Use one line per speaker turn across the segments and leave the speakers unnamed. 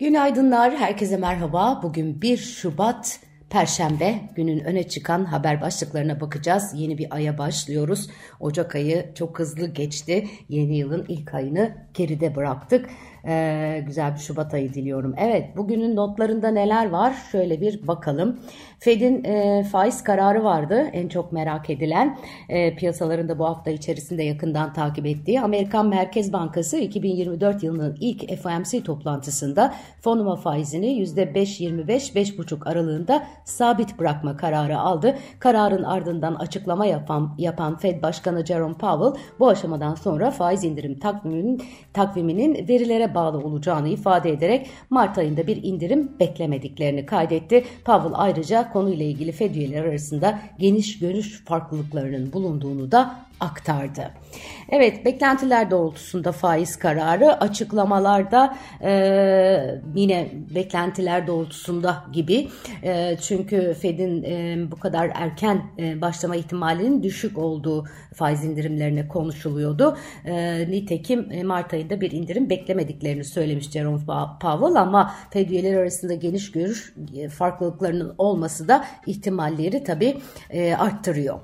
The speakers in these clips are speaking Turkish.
Günaydınlar, herkese merhaba. Bugün 1 Şubat Perşembe, günün öne çıkan haber başlıklarına bakacağız. Yeni bir aya başlıyoruz. Ocak ayı çok hızlı geçti. Yeni yılın ilk ayını geride bıraktık. Güzel bir Şubat ayı diliyorum. Evet, bugünün notlarında neler var? Şöyle bir bakalım. Fed'in faiz kararı vardı. En çok merak edilen, piyasaların da bu hafta içerisinde yakından takip ettiği. Amerikan Merkez Bankası 2024 yılının ilk FOMC toplantısında fonlama faizini %5.25-5.5 aralığında sabit bırakma kararı aldı. Kararın ardından açıklama yapan Fed Başkanı Jerome Powell bu aşamadan sonra faiz indirim takviminin verilere bağlı olacağını ifade ederek Mart ayında bir indirim beklemediklerini kaydetti. Powell ayrıca konuyla ilgili Fed üyeleri arasında geniş görüş farklılıklarının bulunduğunu da aktardı. Evet, beklentiler doğrultusunda faiz kararı, açıklamalarda yine beklentiler doğrultusunda gibi. Çünkü Fed'in bu kadar erken başlama ihtimalinin düşük olduğu faiz indirimlerine konuşuluyordu. Nitekim Mart ayında bir indirim beklemediklerini söylemiş Jerome Powell, ama Fed üyeleri arasında geniş görüş farklılıklarının olması da ihtimalleri tabii arttırıyor.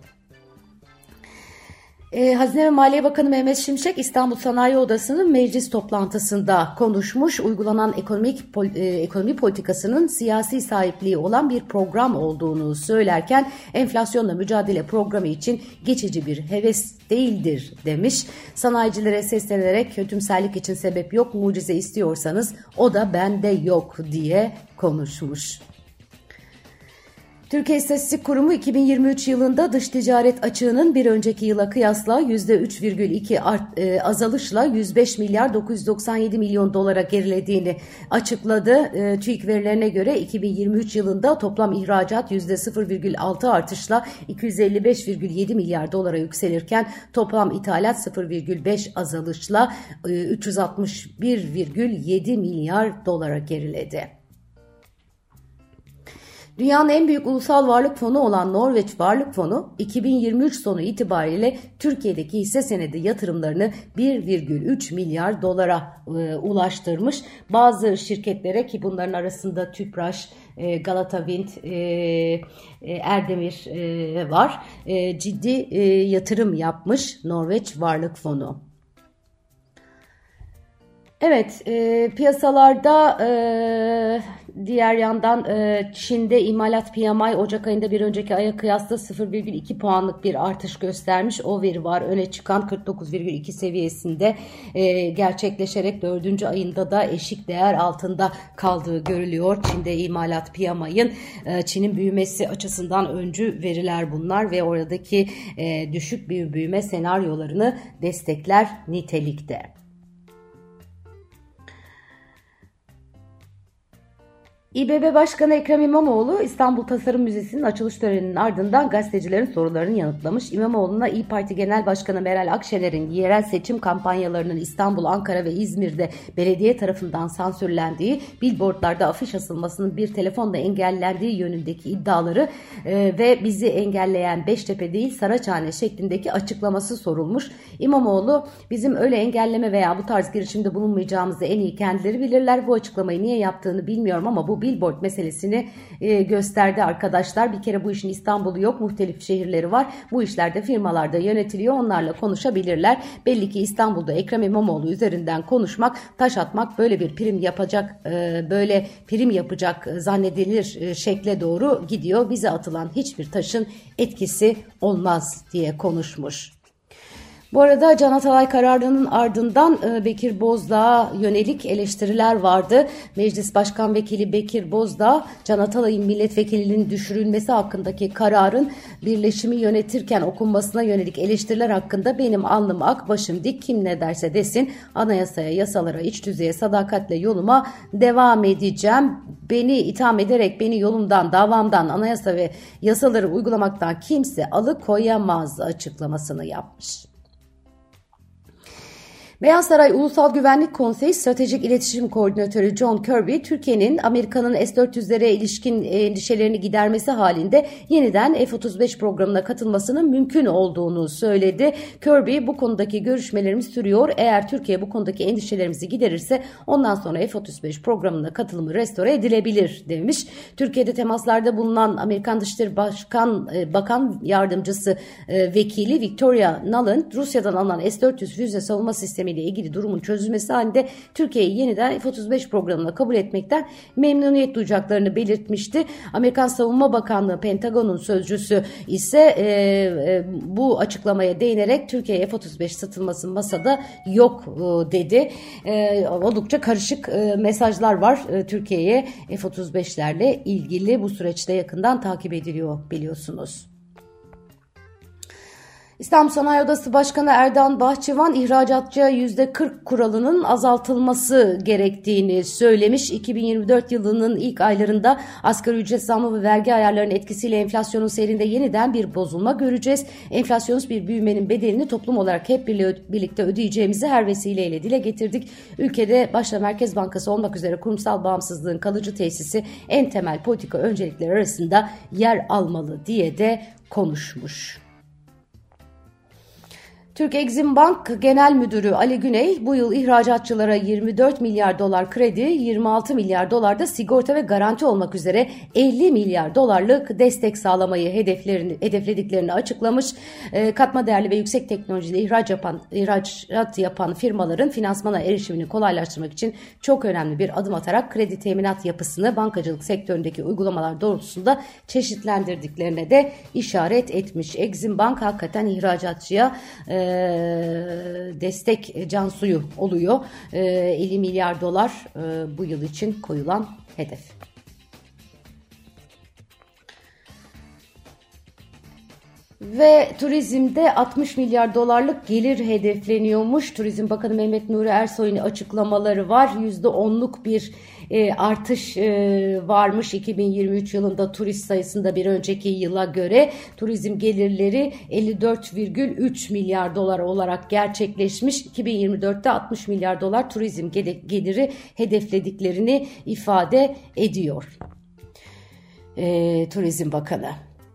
Hazine ve Maliye Bakanı Mehmet Şimşek İstanbul Sanayi Odası'nın meclis toplantısında konuşmuş. Uygulanan ekonomi politikasının siyasi sahipliği olan bir program olduğunu söylerken enflasyonla mücadele programı için geçici bir heves değildir demiş. Sanayicilere seslenerek kötümserlik için sebep yok, mucize istiyorsanız o da bende yok diye konuşmuş. Türkiye İstatistik Kurumu 2023 yılında dış ticaret açığının bir önceki yıla kıyasla %3,2 azalışla 105 milyar 997 milyon dolara gerilediğini açıkladı. TÜİK verilerine göre 2023 yılında toplam ihracat %0,6 artışla 255,7 milyar dolara yükselirken toplam ithalat 0,5 azalışla 361,7 milyar dolara geriledi. Dünyanın en büyük ulusal varlık fonu olan Norveç Varlık Fonu 2023 sonu itibariyle Türkiye'deki hisse senedi yatırımlarını 1,3 milyar dolara ulaştırmış. Bazı şirketlere, ki bunların arasında Tüpraş, Galata Wind, Erdemir var, ciddi yatırım yapmış Norveç Varlık Fonu. Evet, piyasalarda diğer yandan Çin'de imalat PMI Ocak ayında bir önceki aya kıyasla 0,2 puanlık bir artış göstermiş. O veri var, öne çıkan 49,2 seviyesinde gerçekleşerek 4. ayında da eşik değer altında kaldığı görülüyor. Çin'de imalat PMI'ın Çin'in büyümesi açısından öncü veriler bunlar ve oradaki düşük bir büyüme senaryolarını destekler nitelikte. İBB Başkanı Ekrem İmamoğlu İstanbul Tasarım Müzesi'nin açılış töreninin ardından gazetecilerin sorularını yanıtlamış. İmamoğlu'na İYİ Parti Genel Başkanı Meral Akşener'in yerel seçim kampanyalarının İstanbul, Ankara ve İzmir'de belediye tarafından sansürlendiği, billboardlarda afiş asılmasının bir telefonla engellendiği yönündeki iddiaları ve bizi engelleyen Beştepe değil Saraçhane şeklindeki açıklaması sorulmuş. İmamoğlu, bizim öyle engelleme veya bu tarz girişimde bulunmayacağımızı en iyi kendileri bilirler. Bu açıklamayı niye yaptığını bilmiyorum ama bu billboard meselesini gösterdi arkadaşlar. Bir kere bu işin İstanbul'u yok, muhtelif şehirleri var. Bu işlerde firmalarda yönetiliyor, onlarla konuşabilirler. Belli ki İstanbul'da Ekrem İmamoğlu üzerinden konuşmak, taş atmak, böyle bir prim yapacak zannedilir şekle doğru gidiyor. Bize atılan hiçbir taşın etkisi olmaz diye konuşmuş. Bu arada Can Atalay kararının ardından Bekir Bozdağ'a yönelik eleştiriler vardı. Meclis Başkan Vekili Bekir Bozdağ, Can Atalay'ın milletvekilinin düşürülmesi hakkındaki kararın birleşimi yönetirken okunmasına yönelik eleştiriler hakkında benim alnım ak, başım dik, kim ne derse desin, anayasaya, yasalara, iç düzeye sadakatle yoluma devam edeceğim. Beni itham ederek beni yolumdan, davamdan, anayasa ve yasaları uygulamaktan kimse alıkoyamaz açıklamasını yapmış. Beyaz Saray Ulusal Güvenlik Konseyi Stratejik İletişim Koordinatörü John Kirby, Türkiye'nin Amerika'nın S-400'lere ilişkin endişelerini gidermesi halinde yeniden F-35 programına katılmasının mümkün olduğunu söyledi. Kirby, bu konudaki görüşmelerimiz sürüyor. Eğer Türkiye bu konudaki endişelerimizi giderirse ondan sonra F-35 programına katılımı restore edilebilir demiş. Türkiye'de temaslarda bulunan Amerikan Dışişleri Bakan Yardımcısı Vekili Victoria Nuland, Rusya'dan alınan S-400 füze savunma sistemi ile ilgili durumun çözülmesi halinde Türkiye'yi yeniden F-35 programına kabul etmekten memnuniyet duyacaklarını belirtmişti. Amerikan Savunma Bakanlığı Pentagon'un sözcüsü ise bu açıklamaya değinerek Türkiye'ye F-35 satılması masada yok dedi. Oldukça karışık mesajlar var Türkiye'ye F-35'lerle ilgili, bu süreçte yakından takip ediliyor biliyorsunuz. İstanbul Sanayi Odası Başkanı Erdoğan Bahçıvan, ihracatçıya %40 kuralının azaltılması gerektiğini söylemiş. 2024 yılının ilk aylarında asgari ücret zammı ve vergi ayarlarının etkisiyle enflasyonun seyrinde yeniden bir bozulma göreceğiz. Enflasyonist bir büyümenin bedelini toplum olarak hep birlikte ödeyeceğimizi her vesileyle dile getirdik. Ülkede başta Merkez Bankası olmak üzere kurumsal bağımsızlığın kalıcı tesisi en temel politika öncelikleri arasında yer almalı diye de konuşmuş. Türk Exim Bank Genel Müdürü Ali Güney, bu yıl ihracatçılara 24 milyar dolar kredi, 26 milyar dolar da sigorta ve garanti olmak üzere 50 milyar dolarlık destek sağlamayı hedeflediklerini açıklamış. Katma değerli ve yüksek teknolojili ihracat yapan firmaların finansmana erişimini kolaylaştırmak için çok önemli bir adım atarak kredi teminat yapısını bankacılık sektöründeki uygulamalar doğrultusunda çeşitlendirdiklerine de işaret etmiş. Exim Bank hakikaten ihracatçıya destek can suyu oluyor. 50 milyar dolar bu yıl için koyulan hedef. Ve turizmde 60 milyar dolarlık gelir hedefleniyormuş. Turizm Bakanı Mehmet Nuri Ersoy'un açıklamaları var. %10'luk bir artış varmış 2023 yılında turist sayısında bir önceki yıla göre. Turizm gelirleri 54,3 milyar dolar olarak gerçekleşmiş. 2024'te 60 milyar dolar turizm geliri hedeflediklerini ifade ediyor Turizm Bakanı.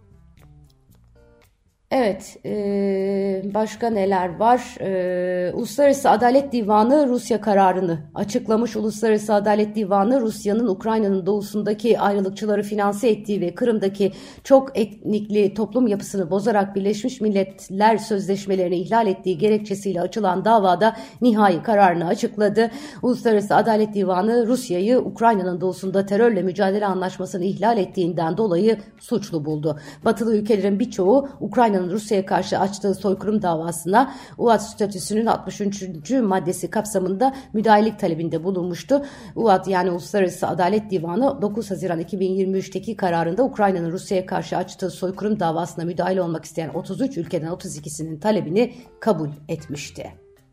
Evet, başka neler var? Uluslararası Adalet Divanı Rusya kararını açıklamış. Uluslararası Adalet Divanı, Rusya'nın Ukrayna'nın doğusundaki ayrılıkçıları finanse ettiği ve Kırım'daki çok etnikli toplum yapısını bozarak Birleşmiş Milletler Sözleşmelerini ihlal ettiği gerekçesiyle açılan davada nihai kararını açıkladı. Uluslararası Adalet Divanı, Rusya'yı Ukrayna'nın doğusunda terörle mücadele anlaşmasını ihlal ettiğinden dolayı suçlu buldu. Batılı ülkelerin birçoğu Ukrayna'nın Rusya'ya karşı açtığı soykırım davasına UAD statüsünün 63. maddesi kapsamında müdahalelik talebinde bulunmuştu. UAD, yani Uluslararası Adalet Divanı, 9 Haziran 2023'teki kararında Ukrayna'nın Rusya'ya karşı açtığı soykırım davasına müdahale olmak isteyen 33 ülkeden 32'sinin talebini kabul etmişti.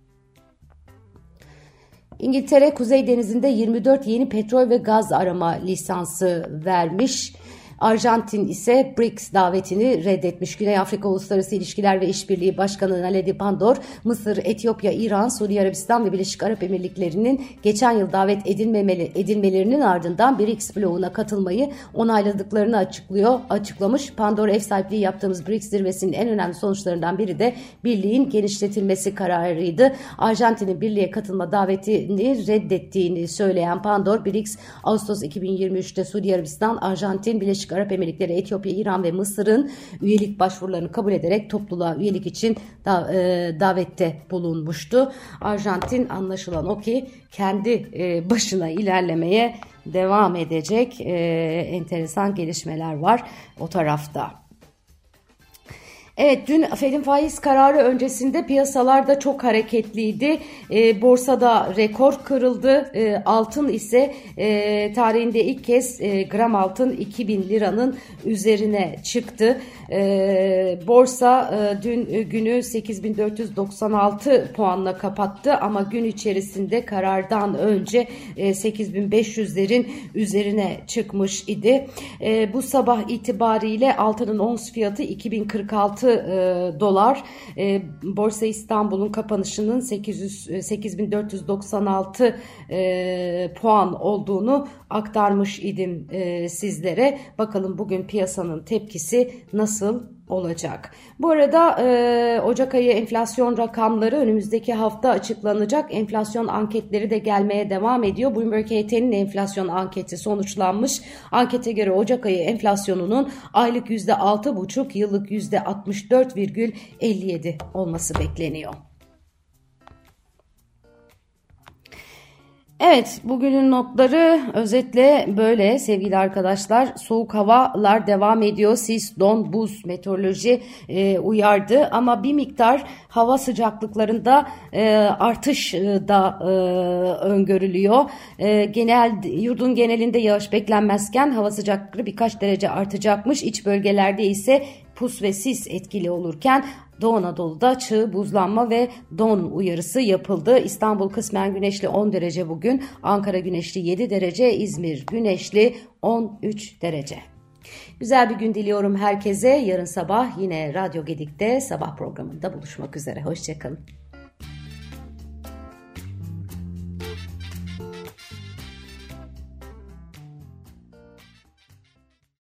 İngiltere, Kuzey Denizi'nde 24 yeni petrol ve gaz arama lisansı vermiş. Arjantin ise BRICS davetini reddetmiş. Güney Afrika Uluslararası İlişkiler ve İşbirliği Başkanı Naledi Pandor, Mısır, Etiyopya, İran, Suudi Arabistan ve Birleşik Arap Emirlikleri'nin geçen yıl davet edilmelerinin ardından BRICS bloğuna katılmayı onayladıklarını açıklamış. Pandor, ev sahipliği yaptığımız BRICS zirvesinin en önemli sonuçlarından biri de birliğin genişletilmesi kararıydı. Arjantin'in birliğe katılma davetini reddettiğini söyleyen Pandor, BRICS Ağustos 2023'te Suudi Arabistan, Arjantin, Birleşik Arap Emirlikleri, Etiyopya, İran ve Mısır'ın üyelik başvurularını kabul ederek topluluğa üyelik için davette bulunmuştu. Arjantin, anlaşılan o ki kendi başına ilerlemeye devam edecek. Enteresan gelişmeler var o tarafta. Evet, dün Fed'in faiz kararı öncesinde piyasalarda çok hareketliydi. Borsada rekor kırıldı. Altın ise tarihinde ilk kez gram altın 2000 liranın üzerine çıktı. Borsa dün günü 8496 puanla kapattı ama gün içerisinde karardan önce 8500'lerin üzerine çıkmış idi. Bu sabah itibariyle altının ons fiyatı 2046 dolar. Borsa İstanbul'un kapanışının 8496 puan olduğunu aktarmış idim sizlere. Bakalım bugün piyasanın tepkisi nasıl olacak? Bu arada Ocak ayı enflasyon rakamları önümüzdeki hafta açıklanacak. Enflasyon anketleri de gelmeye devam ediyor. Bloomberg HT'nin enflasyon anketi sonuçlanmış. Ankete göre Ocak ayı enflasyonunun aylık %6,5, yıllık %64,57 olması bekleniyor. Evet, bugünün notları özetle böyle sevgili arkadaşlar. Soğuk havalar devam ediyor. Sis, don, buz meteoroloji uyardı ama bir miktar hava sıcaklıklarında artış da öngörülüyor. Yurdun genelinde yağış beklenmezken hava sıcaklıkları birkaç derece artacakmış. İç bölgelerde ise pus ve sis etkili olurken Doğu Anadolu'da çığ, buzlanma ve don uyarısı yapıldı. İstanbul kısmen güneşli 10 derece bugün, Ankara güneşli 7 derece, İzmir güneşli 13 derece. Güzel bir gün diliyorum herkese. Yarın sabah yine Radyo Gedik'te sabah programında buluşmak üzere. Hoşçakalın.